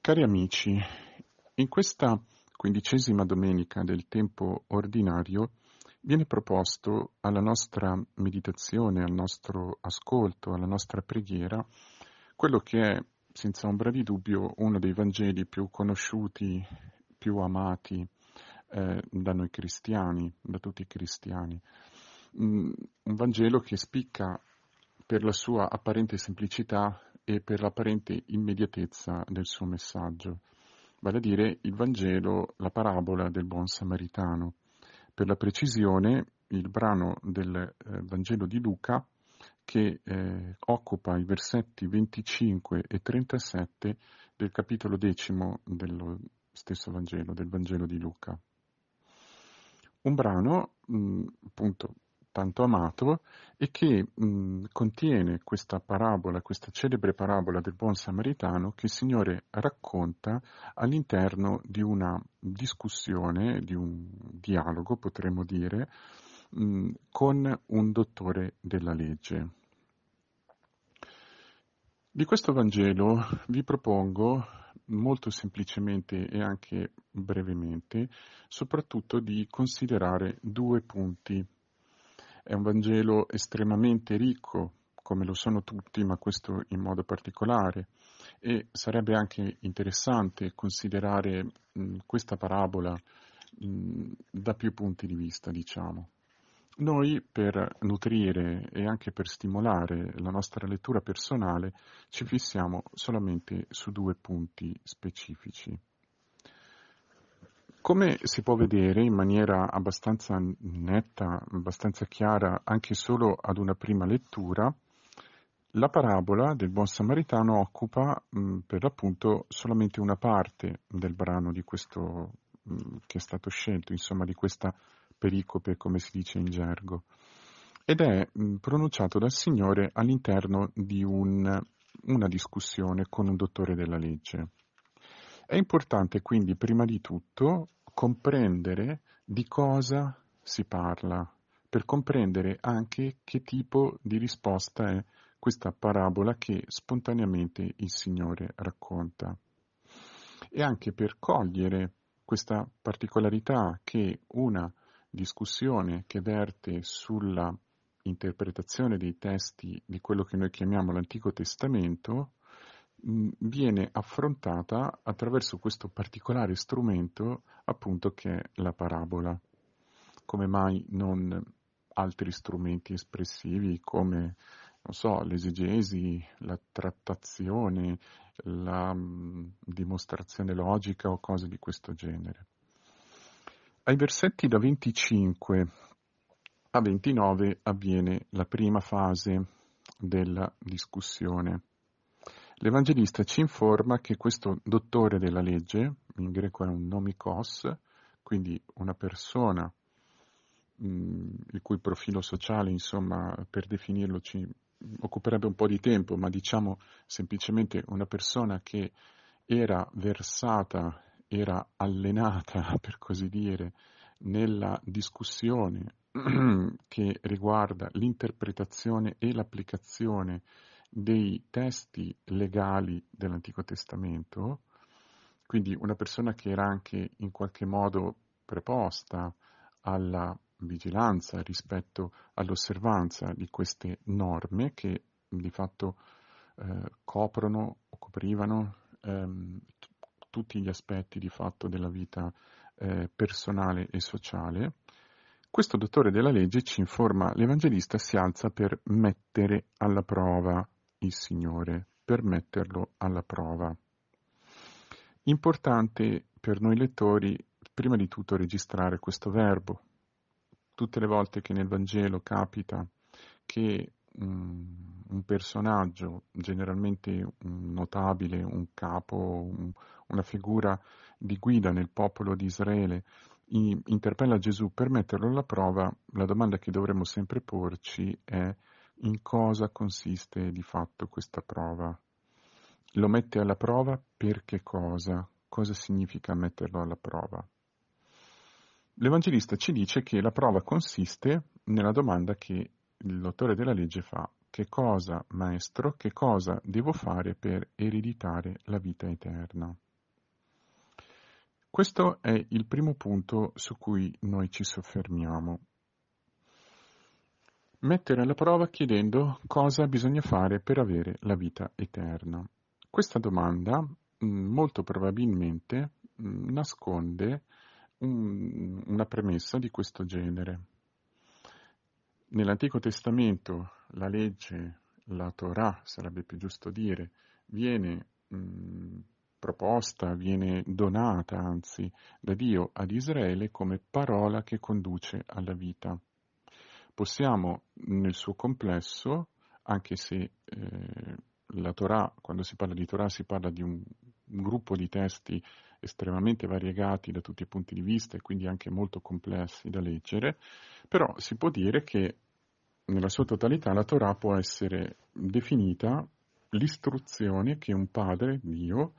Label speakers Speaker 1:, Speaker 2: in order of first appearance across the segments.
Speaker 1: Cari amici, in questa 15ª domenica del tempo ordinario viene proposto alla nostra meditazione, al nostro ascolto, alla nostra preghiera, quello che è, senza ombra di dubbio, uno dei Vangeli più conosciuti, più amati da noi cristiani, da tutti i cristiani. Un Vangelo che spicca per la sua apparente semplicità e per l'apparente immediatezza del suo messaggio, vale a dire il Vangelo, la parabola del buon samaritano. Per la precisione, il brano del Vangelo di Luca che occupa i versetti 25 e 37 del capitolo 10 dello stesso Vangelo, del Vangelo di Luca. Un brano, appunto, tanto amato e che contiene questa parabola, questa celebre parabola del buon samaritano che il Signore racconta all'interno di una discussione, di un dialogo, potremmo dire, con un dottore della legge. Di questo Vangelo vi propongo molto semplicemente e anche brevemente, soprattutto di considerare due punti. È un Vangelo estremamente ricco, come lo sono tutti, ma questo in modo particolare, e sarebbe anche interessante considerare questa parabola da più punti di vista, diciamo. Noi, per nutrire e anche per stimolare la nostra lettura personale, ci fissiamo solamente su due punti specifici. Come si può vedere in maniera abbastanza netta, abbastanza chiara, anche solo ad una prima lettura, la parabola del buon samaritano occupa per l'appunto solamente una parte del brano di questo che è stato scelto, insomma di questa pericope, come si dice in gergo, ed è pronunciato dal Signore all'interno di una discussione con un dottore della legge. È importante quindi prima di tutto comprendere di cosa si parla, per comprendere anche che tipo di risposta è questa parabola che spontaneamente il Signore racconta. E anche per cogliere questa particolarità che una discussione che verte sulla interpretazione dei testi di quello che noi chiamiamo l'Antico Testamento viene affrontata attraverso questo particolare strumento appunto che è la parabola. Come mai non altri strumenti espressivi come, non so, l'esegesi, la trattazione, la dimostrazione logica o cose di questo genere? Ai versetti da 25 a 29 avviene la prima fase della discussione. L'Evangelista ci informa che questo dottore della legge, in greco è un nomikos, quindi una persona il cui profilo sociale, insomma, per definirlo ci occuperebbe un po' di tempo, ma diciamo semplicemente una persona che era versata, era allenata, per così dire, nella discussione che riguarda l'interpretazione e l'applicazione dei testi legali dell'Antico Testamento, quindi una persona che era anche in qualche modo preposta alla vigilanza rispetto all'osservanza di queste norme che di fatto coprono o coprivano tutti gli aspetti di fatto della vita personale e sociale. Questo dottore della legge, ci informa l'Evangelista, si alza per mettere alla prova il Signore, per metterlo alla prova. Importante per noi lettori, prima di tutto, registrare questo verbo. Tutte le volte che nel Vangelo capita che un personaggio, generalmente un notabile, un capo, una figura di guida nel popolo di Israele, interpella Gesù per metterlo alla prova, la domanda che dovremmo sempre porci è: in cosa consiste di fatto questa prova? Lo mette alla prova per che cosa? Cosa significa metterlo alla prova? L'Evangelista ci dice che la prova consiste nella domanda che il dottore della legge fa: che cosa, maestro, che cosa devo fare per ereditare la vita eterna? Questo è il primo punto su cui noi ci soffermiamo. Mettere alla prova chiedendo cosa bisogna fare per avere la vita eterna. Questa domanda molto probabilmente nasconde una premessa di questo genere. Nell'Antico Testamento la legge, la Torah, sarebbe più giusto dire, viene proposta, viene donata anzi da Dio ad Israele come parola che conduce alla vita. Possiamo nel suo complesso, anche se la Torah, quando si parla di Torah si parla di un gruppo di testi estremamente variegati da tutti i punti di vista e quindi anche molto complessi da leggere, però si può dire che nella sua totalità la Torah può essere definita l'istruzione che un padre, Dio,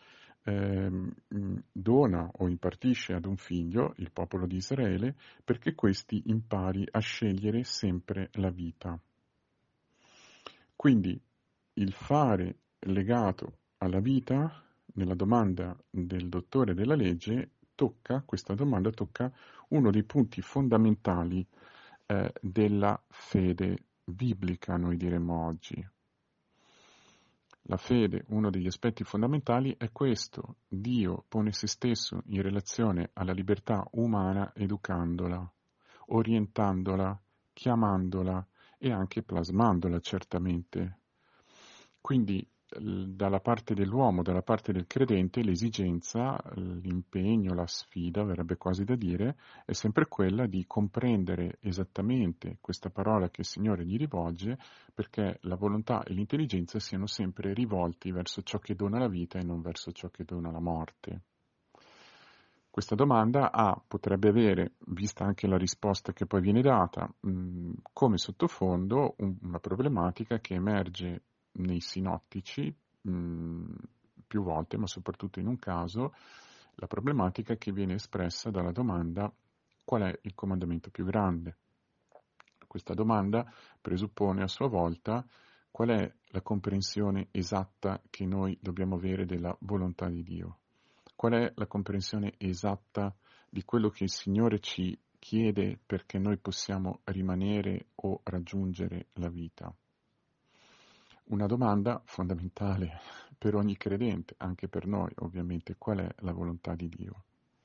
Speaker 1: dona o impartisce ad un figlio, il popolo di Israele, perché questi impari a scegliere sempre la vita. Quindi il fare legato alla vita, nella domanda del dottore della legge, questa domanda tocca uno dei punti fondamentali della fede biblica, noi diremmo oggi. La fede, uno degli aspetti fondamentali è questo: Dio pone se stesso in relazione alla libertà umana educandola, orientandola, chiamandola e anche plasmandola certamente. Quindi dalla parte dell'uomo, dalla parte del credente, l'esigenza, l'impegno, la sfida, verrebbe quasi da dire, è sempre quella di comprendere esattamente questa parola che il Signore gli rivolge, perché la volontà e l'intelligenza siano sempre rivolti verso ciò che dona la vita e non verso ciò che dona la morte. Questa domanda potrebbe avere, vista anche la risposta che poi viene data, come sottofondo una problematica che emerge nei sinottici più volte, ma soprattutto in un caso, la problematica che viene espressa dalla domanda: qual è il comandamento più grande? Questa domanda presuppone a sua volta qual è la comprensione esatta che noi dobbiamo avere della volontà di Dio. Qual è la comprensione esatta di quello che il Signore ci chiede perché noi possiamo rimanere o raggiungere la vita? Una domanda fondamentale per ogni credente, anche per noi ovviamente: qual è la volontà di Dio?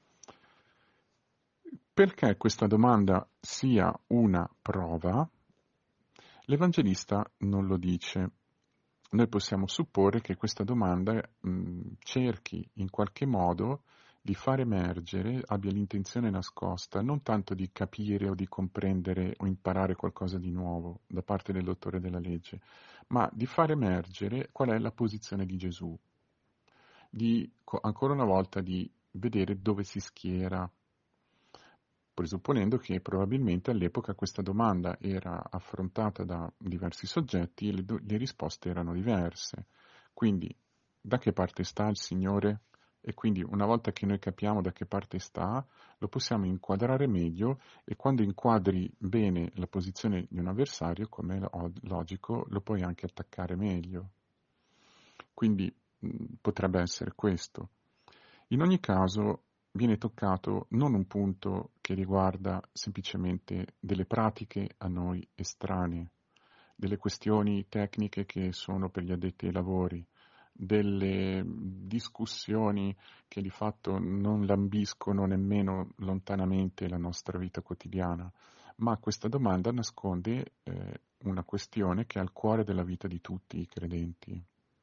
Speaker 1: Perché questa domanda sia una prova, l'Evangelista non lo dice. Noi possiamo supporre che questa domanda cerchi in qualche modo di far emergere, abbia l'intenzione nascosta, non tanto di capire o di comprendere o imparare qualcosa di nuovo da parte del dottore della legge, ma di far emergere qual è la posizione di Gesù, ancora una volta di vedere dove si schiera, presupponendo che probabilmente all'epoca questa domanda era affrontata da diversi soggetti e le risposte erano diverse. Quindi, da che parte sta il Signore? E quindi una volta che noi capiamo da che parte sta, lo possiamo inquadrare meglio, e quando inquadri bene la posizione di un avversario, come è logico, lo puoi anche attaccare meglio. Quindi potrebbe essere questo. In ogni caso viene toccato non un punto che riguarda semplicemente delle pratiche a noi estranee, delle questioni tecniche che sono per gli addetti ai lavori, delle discussioni che di fatto non lambiscono nemmeno lontanamente la nostra vita quotidiana, ma questa domanda nasconde una questione che è al cuore della vita di tutti i credenti.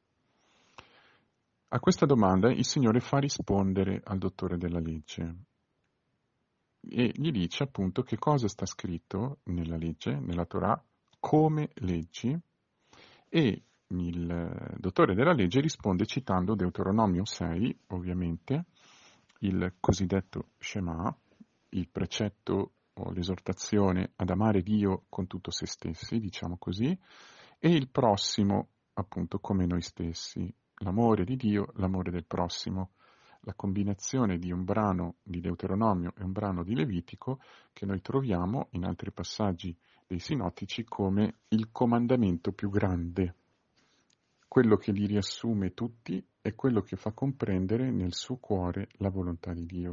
Speaker 1: A questa domanda il Signore fa rispondere al dottore della legge e gli dice appunto che cosa sta scritto nella legge, nella Torah, come leggi, e il dottore della legge risponde citando Deuteronomio 6, ovviamente, il cosiddetto Shema, il precetto o l'esortazione ad amare Dio con tutto se stessi, diciamo così, e il prossimo appunto come noi stessi, l'amore di Dio, l'amore del prossimo, la combinazione di un brano di Deuteronomio e un brano di Levitico che noi troviamo in altri passaggi dei sinottici come il comandamento più grande, quello che li riassume tutti e quello che fa comprendere nel suo cuore la volontà di Dio.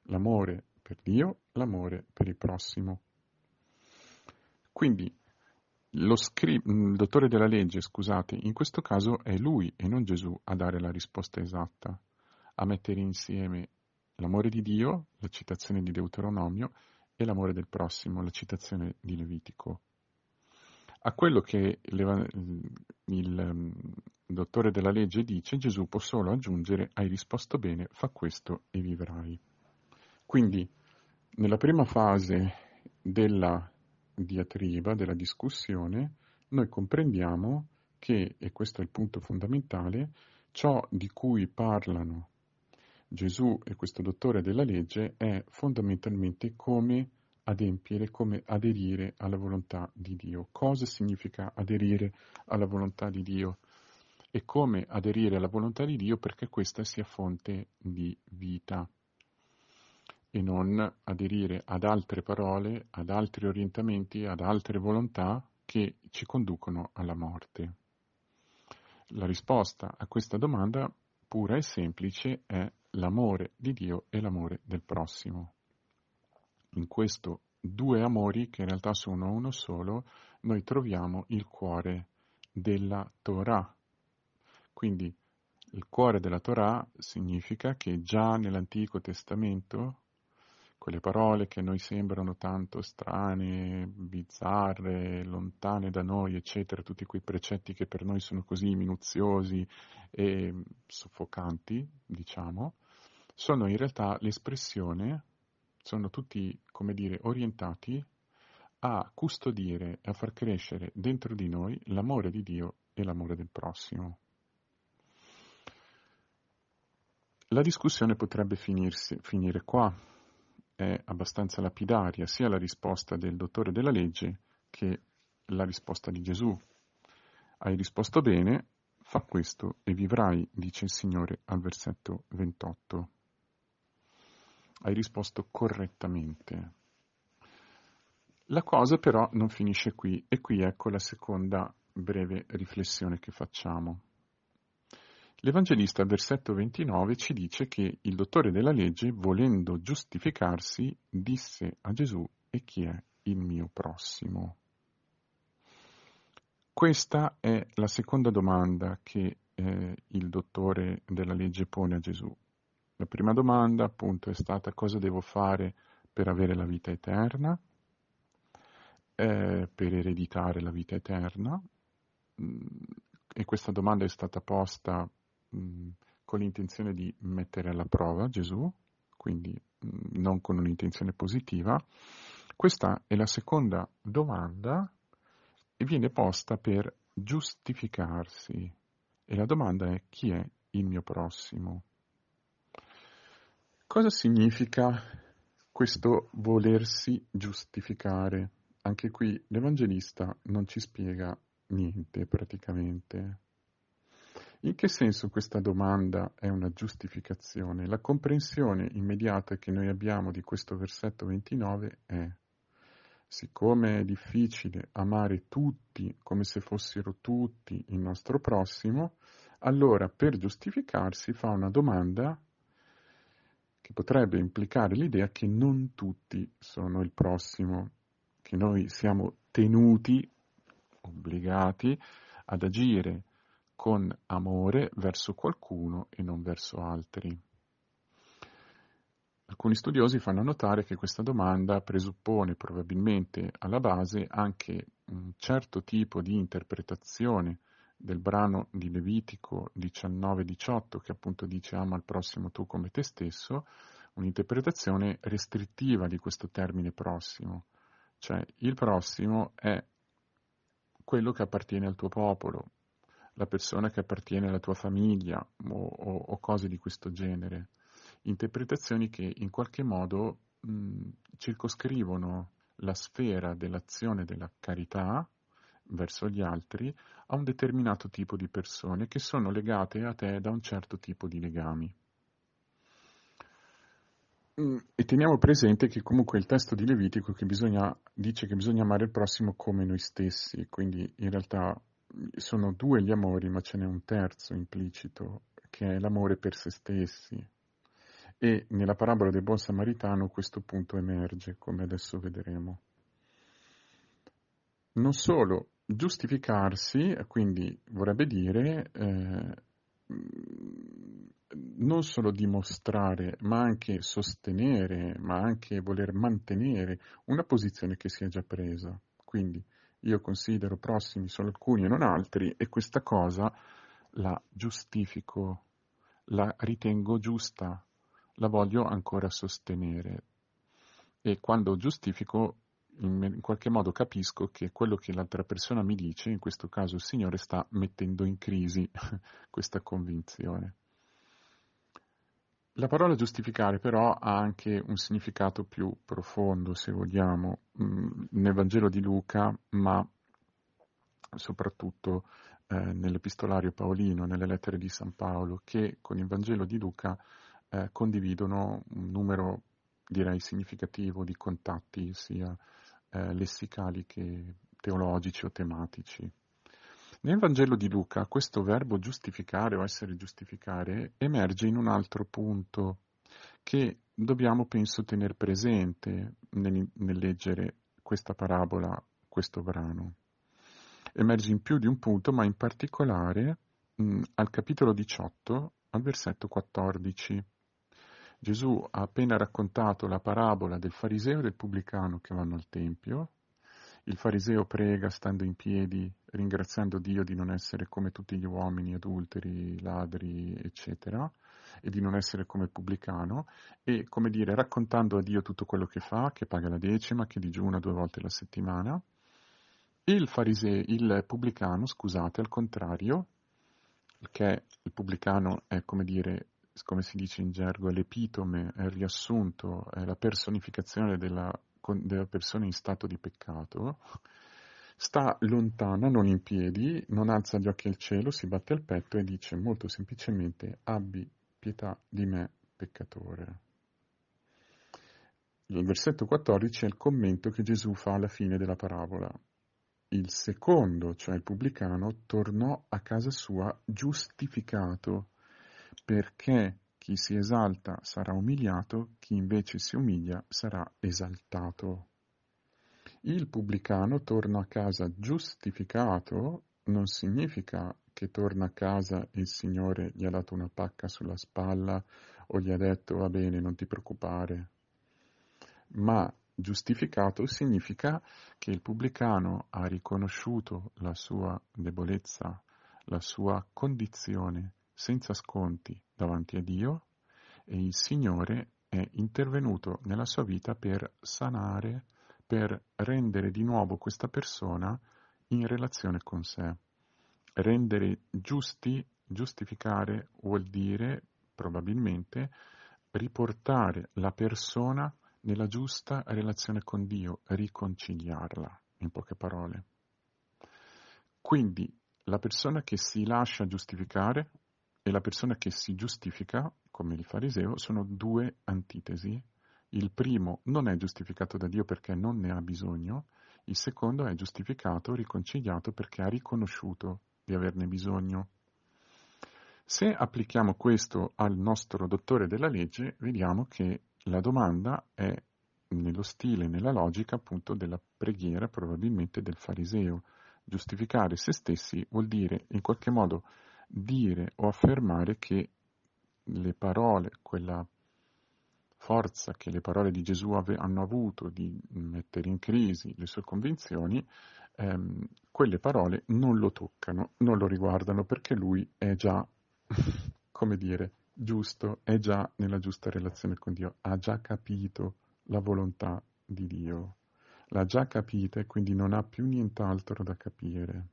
Speaker 1: l'amore per Dio, l'amore per il prossimo. Quindi il dottore della legge, scusate, in questo caso è lui e non Gesù a dare la risposta esatta, a mettere insieme l'amore di Dio, la citazione di Deuteronomio, e l'amore del prossimo, la citazione di Levitico. A quello che il dottore della legge dice, Gesù può solo aggiungere: hai risposto bene, fa questo e vivrai. Quindi, nella prima fase della diatriba, della discussione, noi comprendiamo che, e questo è il punto fondamentale, ciò di cui parlano Gesù e questo dottore della legge è fondamentalmente come adempiere, come aderire alla volontà di Dio. Cosa significa aderire alla volontà di Dio? E come aderire alla volontà di Dio perché questa sia fonte di vita e non aderire ad altre parole, ad altri orientamenti, ad altre volontà che ci conducono alla morte. La risposta a questa domanda pura e semplice è l'amore di Dio e l'amore del prossimo. In questo due amori, che in realtà sono uno solo, noi troviamo il cuore della Torah. Quindi il cuore della Torah significa che già nell'Antico Testamento quelle parole che a noi sembrano tanto strane, bizzarre, lontane da noi, eccetera, tutti quei precetti che per noi sono così minuziosi e soffocanti, diciamo, sono in realtà l'espressione, sono tutti, come dire, orientati a custodire e a far crescere dentro di noi l'amore di Dio e l'amore del prossimo. La discussione potrebbe finire qua. È abbastanza lapidaria sia la risposta del dottore della legge che la risposta di Gesù. Hai risposto bene, fa questo e vivrai, dice il Signore al versetto 28. Hai risposto correttamente. La cosa però non finisce qui, e qui ecco la seconda breve riflessione che facciamo. L'Evangelista al versetto 29 ci dice che il dottore della legge, volendo giustificarsi, disse a Gesù: e chi è il mio prossimo? Questa è la seconda domanda che il dottore della legge pone a Gesù. La prima domanda appunto è stata: cosa devo fare per avere la vita eterna, per ereditare la vita eterna? E questa domanda è stata posta con l'intenzione di mettere alla prova Gesù, quindi non con un'intenzione positiva. Questa è la seconda domanda e viene posta per giustificarsi. E la domanda è: chi è il mio prossimo? Cosa significa questo volersi giustificare? Anche qui l'Evangelista non ci spiega niente praticamente. In che senso questa domanda è una giustificazione? La comprensione immediata che noi abbiamo di questo versetto 29 è: siccome è difficile amare tutti come se fossero tutti il nostro prossimo, allora per giustificarsi fa una domanda che potrebbe implicare l'idea che non tutti sono il prossimo, che noi siamo tenuti, obbligati ad agire con amore verso qualcuno e non verso altri. Alcuni studiosi fanno notare che questa domanda presuppone probabilmente alla base anche un certo tipo di interpretazione del brano di Levitico 19-18, che appunto dice: ama il prossimo tu come te stesso, un'interpretazione restrittiva di questo termine prossimo, cioè il prossimo è quello che appartiene al tuo popolo, la persona che appartiene alla tua famiglia o cose di questo genere. Interpretazioni che in qualche modo circoscrivono la sfera dell'azione della carità verso gli altri a un determinato tipo di persone che sono legate a te da un certo tipo di legami. E teniamo presente che comunque il testo di Levitico dice che bisogna amare il prossimo come noi stessi, quindi in realtà sono due gli amori, ma ce n'è un terzo implicito, che è l'amore per se stessi. E nella parabola del buon samaritano questo punto emerge, come adesso vedremo. Non solo giustificarsi, quindi vorrebbe dire non solo dimostrare, ma anche sostenere, ma anche voler mantenere una posizione che si è già presa. Quindi io considero prossimi solo alcuni e non altri, e questa cosa la giustifico, la ritengo giusta, la voglio ancora sostenere. E quando giustifico, in qualche modo capisco che quello che l'altra persona mi dice, in questo caso il Signore, sta mettendo in crisi questa convinzione. La parola giustificare però ha anche un significato più profondo, se vogliamo, nel Vangelo di Luca, ma soprattutto nell'Epistolario Paolino, nelle lettere di San Paolo, che con il Vangelo di Luca condividono un numero, direi, significativo di contatti, sia lessicali che teologici o tematici. Nel Vangelo di Luca questo verbo giustificare o essere giustificare emerge in un altro punto che dobbiamo, penso, tenere presente nel leggere questa parabola, questo brano. Emerge in più di un punto, ma in particolare al capitolo 18, al versetto 14. Gesù ha appena raccontato la parabola del fariseo e del pubblicano che vanno al Tempio. Il fariseo prega stando in piedi, ringraziando Dio di non essere come tutti gli uomini, adulteri, ladri, eccetera, e di non essere come il pubblicano, e, come dire, raccontando a Dio tutto quello che fa, che paga la decima, che digiuna 2 volte la settimana. Il pubblicano, scusate, al contrario, perché il pubblicano è, come dire, come si dice in gergo, è l'epitome, è il riassunto, è la personificazione della persona in stato di peccato, sta lontana, non in piedi, non alza gli occhi al cielo, si batte al petto e dice molto semplicemente: abbi pietà di me, peccatore. Il versetto 14 è il commento che Gesù fa alla fine della parabola. Il secondo, cioè il pubblicano, tornò a casa sua giustificato, perché chi si esalta sarà umiliato, chi invece si umilia sarà esaltato. Il pubblicano torna a casa giustificato non significa che torna a casa e il Signore gli ha dato una pacca sulla spalla o gli ha detto va bene, non ti preoccupare, ma giustificato significa che il pubblicano ha riconosciuto la sua debolezza, la sua condizione senza sconti davanti a Dio, e il Signore è intervenuto nella sua vita per sanare, per rendere di nuovo questa persona in relazione con sé. Rendere giusti, giustificare vuol dire probabilmente riportare la persona nella giusta relazione con Dio, riconciliarla, in poche parole. Quindi la persona che si lascia giustificare e la persona che si giustifica, come il fariseo, sono due antitesi. Il primo non è giustificato da Dio perché non ne ha bisogno, il secondo è giustificato, riconciliato perché ha riconosciuto di averne bisogno. Se applichiamo questo al nostro dottore della legge, vediamo che la domanda è nello stile, nella logica appunto della preghiera, probabilmente del fariseo. Giustificare se stessi vuol dire in qualche modo dire o affermare che le parole, quella forza che le parole di Gesù hanno avuto di mettere in crisi le sue convinzioni, quelle parole non lo toccano, non lo riguardano perché lui è già, come dire, giusto, è già nella giusta relazione con Dio, ha già capito la volontà di Dio, l'ha già capita e quindi non ha più nient'altro da capire.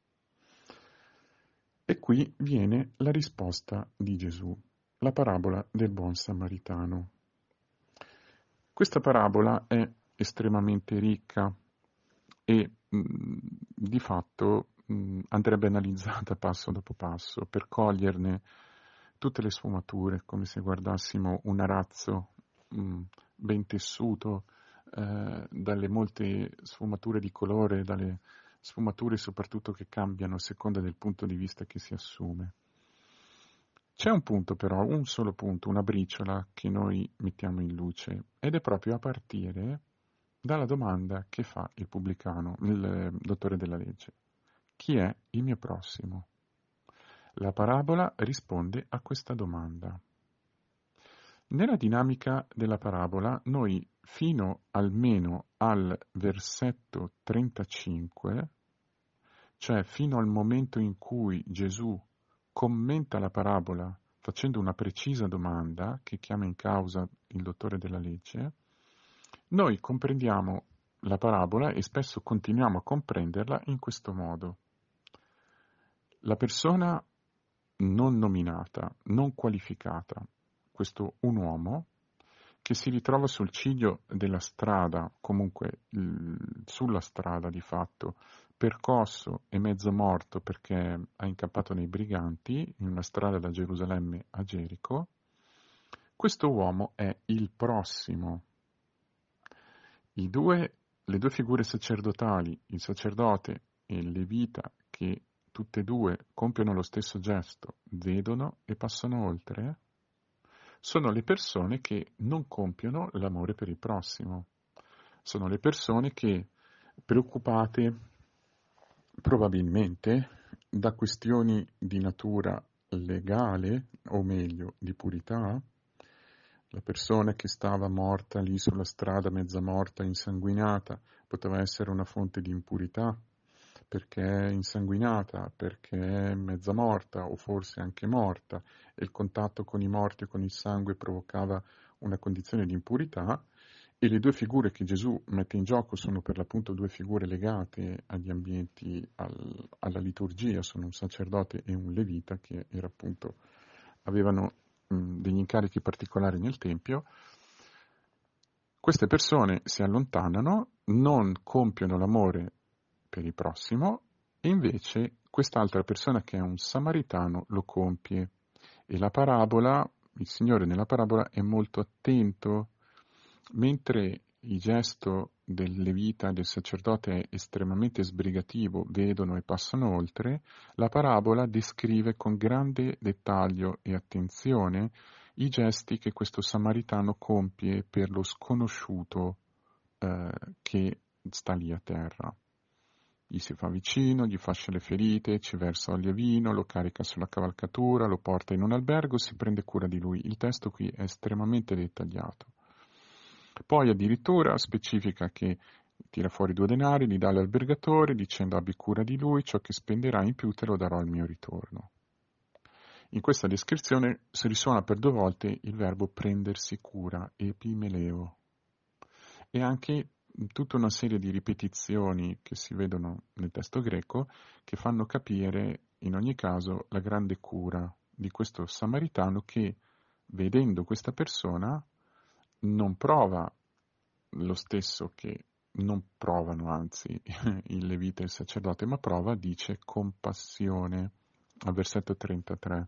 Speaker 1: E qui viene la risposta di Gesù, la parabola del buon samaritano. Questa parabola è estremamente ricca e di fatto andrebbe analizzata passo dopo passo per coglierne tutte le sfumature, come se guardassimo un arazzo ben tessuto dalle molte sfumature di colore, dalle sfumature soprattutto che cambiano a seconda del punto di vista che si assume. C'è un punto però, un solo punto, una briciola che noi mettiamo in luce, ed è proprio a partire dalla domanda che fa il pubblicano, il dottore della legge. Chi è il mio prossimo? La parabola risponde a questa domanda. Nella dinamica della parabola, noi fino almeno al versetto 35, cioè fino al momento in cui Gesù commenta la parabola facendo una precisa domanda che chiama in causa il dottore della legge, noi comprendiamo la parabola e spesso continuiamo a comprenderla in questo modo. La persona non nominata, non qualificata, questo un uomo che si ritrova sul ciglio della strada, comunque sulla strada di fatto, percosso e mezzo morto perché ha incappato nei briganti in una strada da Gerusalemme a Gerico, questo uomo è il prossimo. Le due figure sacerdotali, il sacerdote e il levita, che tutte e due compiono lo stesso gesto, vedono e passano oltre, sono le persone che non compiono l'amore per il prossimo. Sono le persone che, preoccupate probabilmente da questioni di natura legale, o meglio, di purità, la persona che stava morta lì sulla strada, mezza morta, insanguinata, poteva essere una fonte di impurità, perché è insanguinata, perché è mezza morta o forse anche morta, e il contatto con i morti e con il sangue provocava una condizione di impurità, e le due figure che Gesù mette in gioco sono per l'appunto due figure legate agli ambienti, alla liturgia, sono un sacerdote e un levita che era appunto, avevano degli incarichi particolari nel Tempio. Queste persone si allontanano, non compiono l'amore per il prossimo e invece quest'altra persona che è un samaritano lo compie. E la parabola, il Signore nella parabola è molto attento, mentre il gesto del levita, del sacerdote è estremamente sbrigativo, vedono e passano oltre, la parabola descrive con grande dettaglio e attenzione i gesti che questo samaritano compie per lo sconosciuto che sta lì a terra. Gli si fa vicino, gli fascia le ferite, ci versa olio e vino, lo carica sulla cavalcatura, lo porta in un albergo, si prende cura di lui. Il testo qui è estremamente dettagliato. Poi addirittura specifica che tira fuori 2 denari, li dà all'albergatore dicendo abbi cura di lui, ciò che spenderà in più te lo darò al mio ritorno. In questa descrizione si risuona per 2 volte il verbo prendersi cura, epimeleo, e anche tutta una serie di ripetizioni che si vedono nel testo greco che fanno capire in ogni caso la grande cura di questo samaritano che, vedendo questa persona, non prova lo stesso che non provano, anzi, il levita e il sacerdote, ma prova, dice, compassione, al versetto 33.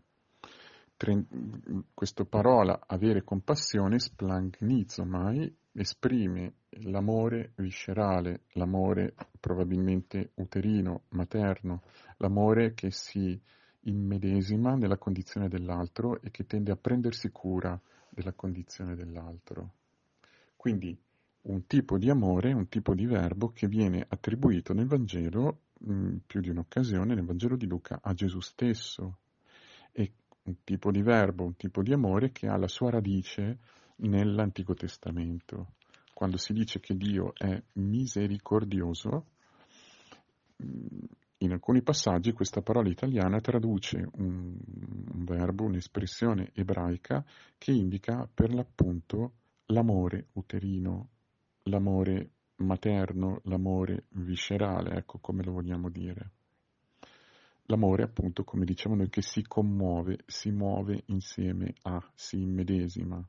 Speaker 1: Questa parola avere compassione, splanchnizomai, esprime l'amore viscerale, l'amore probabilmente uterino, materno, l'amore che si immedesima nella condizione dell'altro e che tende a prendersi cura della condizione dell'altro. Quindi un tipo di amore, un tipo di verbo che viene attribuito nel Vangelo, più di un'occasione, nel Vangelo di Luca, a Gesù stesso. E un tipo di verbo, un tipo di amore che ha la sua radice nell'Antico Testamento. Quando si dice che Dio è misericordioso, in alcuni passaggi questa parola italiana traduce un verbo, un'espressione ebraica che indica per l'appunto l'amore uterino, l'amore materno, l'amore viscerale, ecco come lo vogliamo dire. L'amore, appunto, come diciamo noi, che si commuove, si muove insieme a, si immedesima.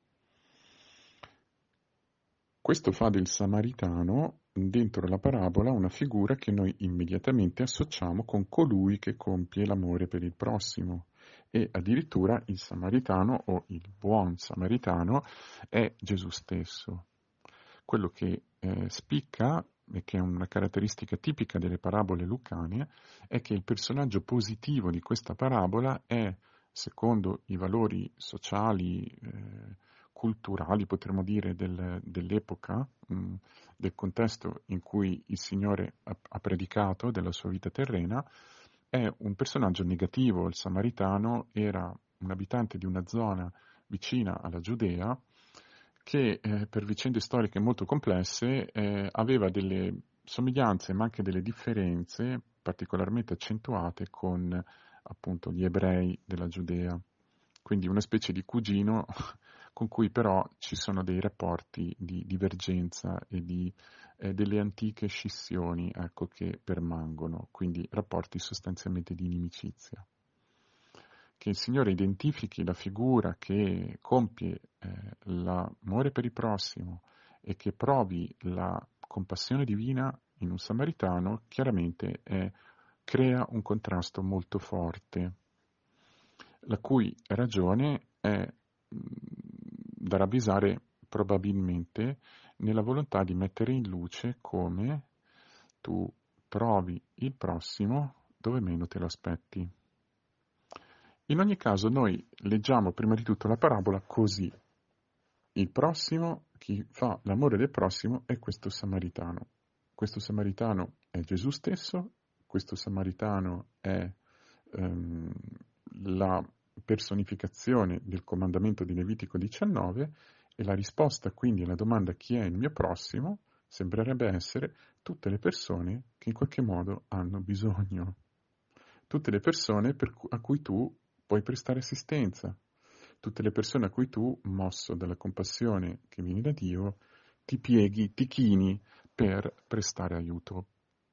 Speaker 1: Questo fa del samaritano, dentro la parabola, una figura che noi immediatamente associamo con colui che compie l'amore per il prossimo. E addirittura il samaritano, o il buon samaritano, è Gesù stesso. Quello che spicca, e che è una caratteristica tipica delle parabole lucane, è che il personaggio positivo di questa parabola è secondo i valori sociali, culturali, potremmo dire, dell'epoca, del contesto in cui il Signore ha predicato della sua vita terrena, è un personaggio negativo. Il samaritano era un abitante di una zona vicina alla Giudea che per vicende storiche molto complesse aveva delle somiglianze ma anche delle differenze particolarmente accentuate con appunto gli ebrei della Giudea, quindi una specie di cugino con cui però ci sono dei rapporti di divergenza e delle antiche scissioni, ecco, che permangono, quindi rapporti sostanzialmente di inimicizia. Che il Signore identifichi la figura che compie l'amore per il prossimo e che provi la compassione divina in un samaritano, chiaramente crea un contrasto molto forte, la cui ragione è da ravvisare probabilmente nella volontà di mettere in luce come tu trovi il prossimo dove meno te lo aspetti. In ogni caso noi leggiamo prima di tutto la parabola così. Il prossimo, chi fa l'amore del prossimo, è questo samaritano. Questo samaritano è Gesù stesso, questo samaritano è la personificazione del comandamento di Levitico 19 e la risposta quindi alla domanda chi è il mio prossimo sembrerebbe essere tutte le persone che in qualche modo hanno bisogno, tutte le persone a cui tu puoi prestare assistenza, tutte le persone a cui tu, mosso dalla compassione che viene da Dio, ti pieghi, ti chini per prestare aiuto.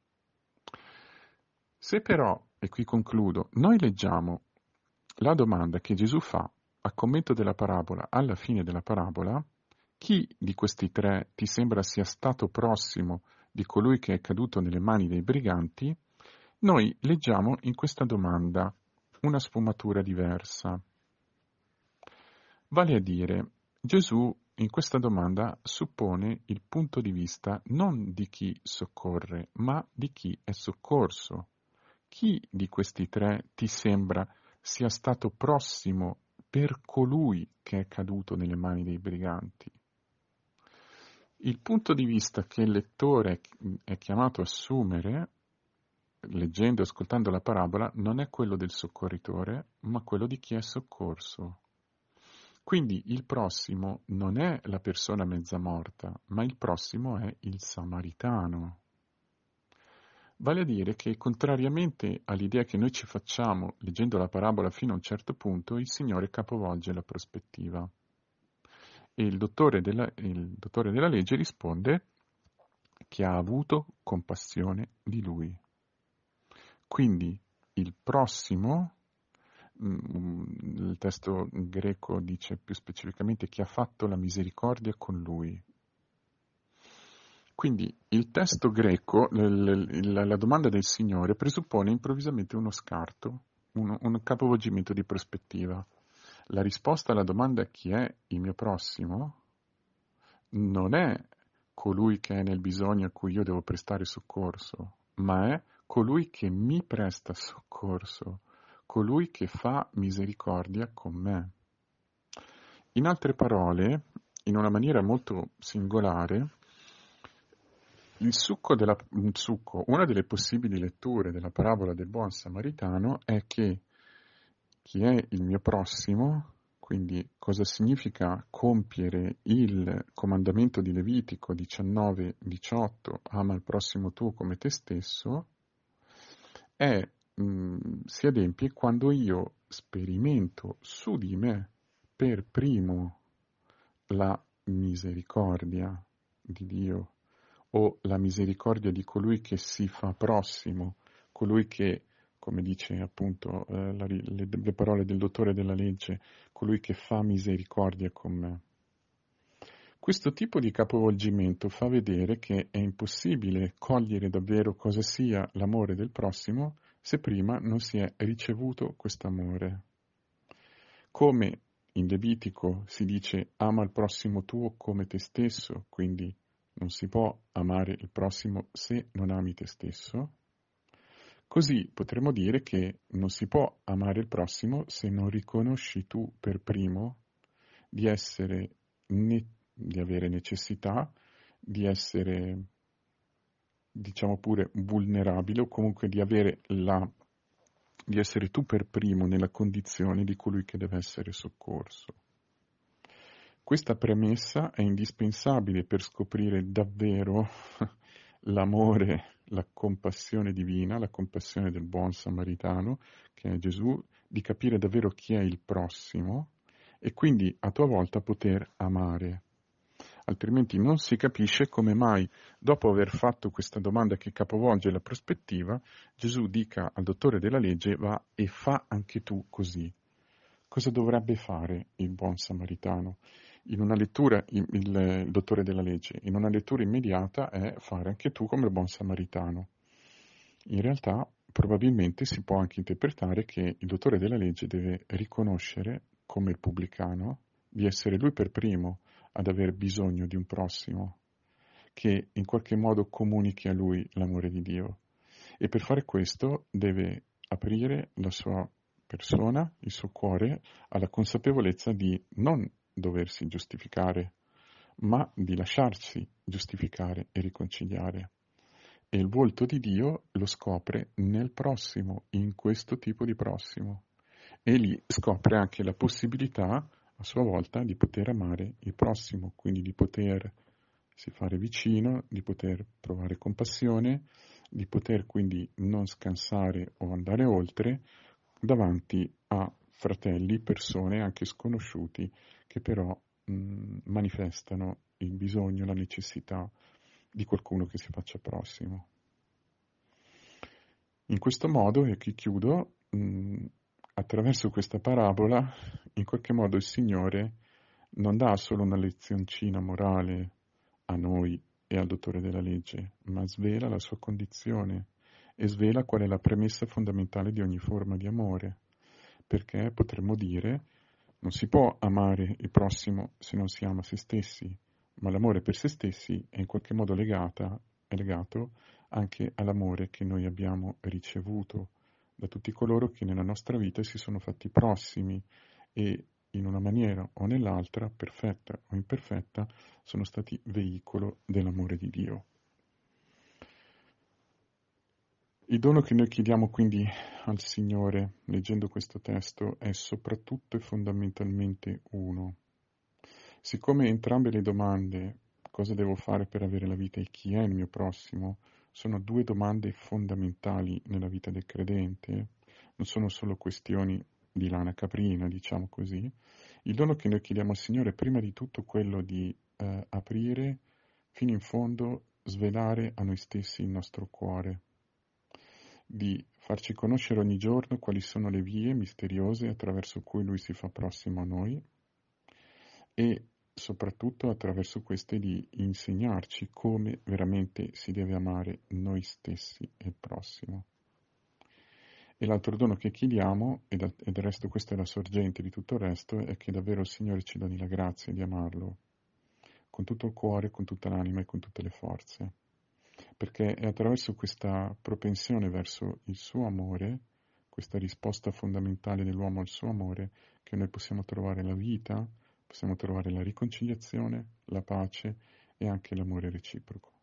Speaker 1: Se però, e qui concludo, noi leggiamo la domanda che Gesù fa a commento della parabola, alla fine della parabola, chi di questi tre ti sembra sia stato prossimo di colui che è caduto nelle mani dei briganti, noi leggiamo in questa domanda una sfumatura diversa. Vale a dire, Gesù in questa domanda suppone il punto di vista non di chi soccorre, ma di chi è soccorso. Chi di questi tre ti sembra sia stato prossimo per colui che è caduto nelle mani dei briganti? Il punto di vista che il lettore è chiamato a assumere, leggendo e ascoltando la parabola, non è quello del soccorritore, ma quello di chi è soccorso. Quindi il prossimo non è la persona mezza morta, ma il prossimo è il samaritano. Vale a dire che, contrariamente all'idea che noi ci facciamo leggendo la parabola fino a un certo punto, il Signore capovolge la prospettiva. E il dottore della legge risponde che ha avuto compassione di lui. Quindi il prossimo, il testo greco dice più specificamente che ha fatto la misericordia con lui. Quindi il testo greco, la domanda del Signore presuppone improvvisamente uno scarto, un capovolgimento di prospettiva. La risposta alla domanda chi è il mio prossimo non è colui che è nel bisogno a cui io devo prestare soccorso, ma è colui che mi presta soccorso, colui che fa misericordia con me. In altre parole, in una maniera molto singolare, una delle possibili letture della parabola del buon samaritano è che chi è il mio prossimo, quindi cosa significa compiere il comandamento di Levitico 19-18, ama il prossimo tuo come te stesso, si adempie quando io sperimento su di me per primo la misericordia di Dio o la misericordia di colui che si fa prossimo, colui che, come dice appunto le parole del dottore della legge, colui che fa misericordia con me. Questo tipo di capovolgimento fa vedere che è impossibile cogliere davvero cosa sia l'amore del prossimo se prima non si è ricevuto quest'amore. Come in Levitico si dice ama il prossimo tuo come te stesso, quindi non si può amare il prossimo se non ami te stesso, Così potremmo dire che non si può amare il prossimo se non riconosci tu per primo di essere di avere necessità, di essere, diciamo pure, vulnerabile o comunque di essere tu per primo nella condizione di colui che deve essere soccorso. Questa premessa è indispensabile per scoprire davvero l'amore, la compassione divina, la compassione del buon samaritano, che è Gesù, di capire davvero chi è il prossimo e quindi a tua volta poter amare. Altrimenti non si capisce come mai, dopo aver fatto questa domanda che capovolge la prospettiva, Gesù dica al dottore della legge: va e fa anche tu così. Cosa dovrebbe fare il buon samaritano? In una lettura, il dottore della legge, in una lettura immediata è fare anche tu come il buon samaritano. In realtà, probabilmente si può anche interpretare che il dottore della legge deve riconoscere, come il pubblicano, di essere lui per primo ad aver bisogno di un prossimo, che in qualche modo comunichi a lui l'amore di Dio. E per fare questo deve aprire la sua persona, il suo cuore, alla consapevolezza di non doversi giustificare, ma di lasciarsi giustificare e riconciliare. E il volto di Dio lo scopre nel prossimo, in questo tipo di prossimo. E lì scopre anche la possibilità, a sua volta, di poter amare il prossimo, quindi di potersi fare vicino, di poter provare compassione, di poter quindi non scansare o andare oltre davanti a fratelli, persone anche sconosciuti, che però manifestano il bisogno, la necessità di qualcuno che si faccia prossimo. In questo modo, e qui chiudo, attraverso questa parabola, in qualche modo il Signore non dà solo una lezioncina morale a noi e al dottore della legge, ma svela la sua condizione e svela qual è la premessa fondamentale di ogni forma di amore, perché potremmo dire non si può amare il prossimo se non si ama se stessi, ma l'amore per se stessi è in qualche modo è legato anche all'amore che noi abbiamo ricevuto da tutti coloro che nella nostra vita si sono fatti prossimi e in una maniera o nell'altra, perfetta o imperfetta, sono stati veicolo dell'amore di Dio. Il dono che noi chiediamo quindi al Signore, leggendo questo testo, è soprattutto e fondamentalmente uno. Siccome entrambe le domande, cosa devo fare per avere la vita e chi è il mio prossimo, sono due domande fondamentali nella vita del credente, non sono solo questioni di lana caprina, diciamo così, il dono che noi chiediamo al Signore è prima di tutto quello di aprire fino in fondo, svelare a noi stessi il nostro cuore, di farci conoscere ogni giorno quali sono le vie misteriose attraverso cui Lui si fa prossimo a noi e soprattutto attraverso queste di insegnarci come veramente si deve amare noi stessi e il prossimo. E l'altro dono che chiediamo, e del resto questa è la sorgente di tutto il resto, è che davvero il Signore ci doni la grazia di amarlo con tutto il cuore, con tutta l'anima e con tutte le forze. Perché è attraverso questa propensione verso il suo amore, questa risposta fondamentale dell'uomo al suo amore, che noi possiamo trovare la vita, possiamo trovare la riconciliazione, la pace e anche l'amore reciproco.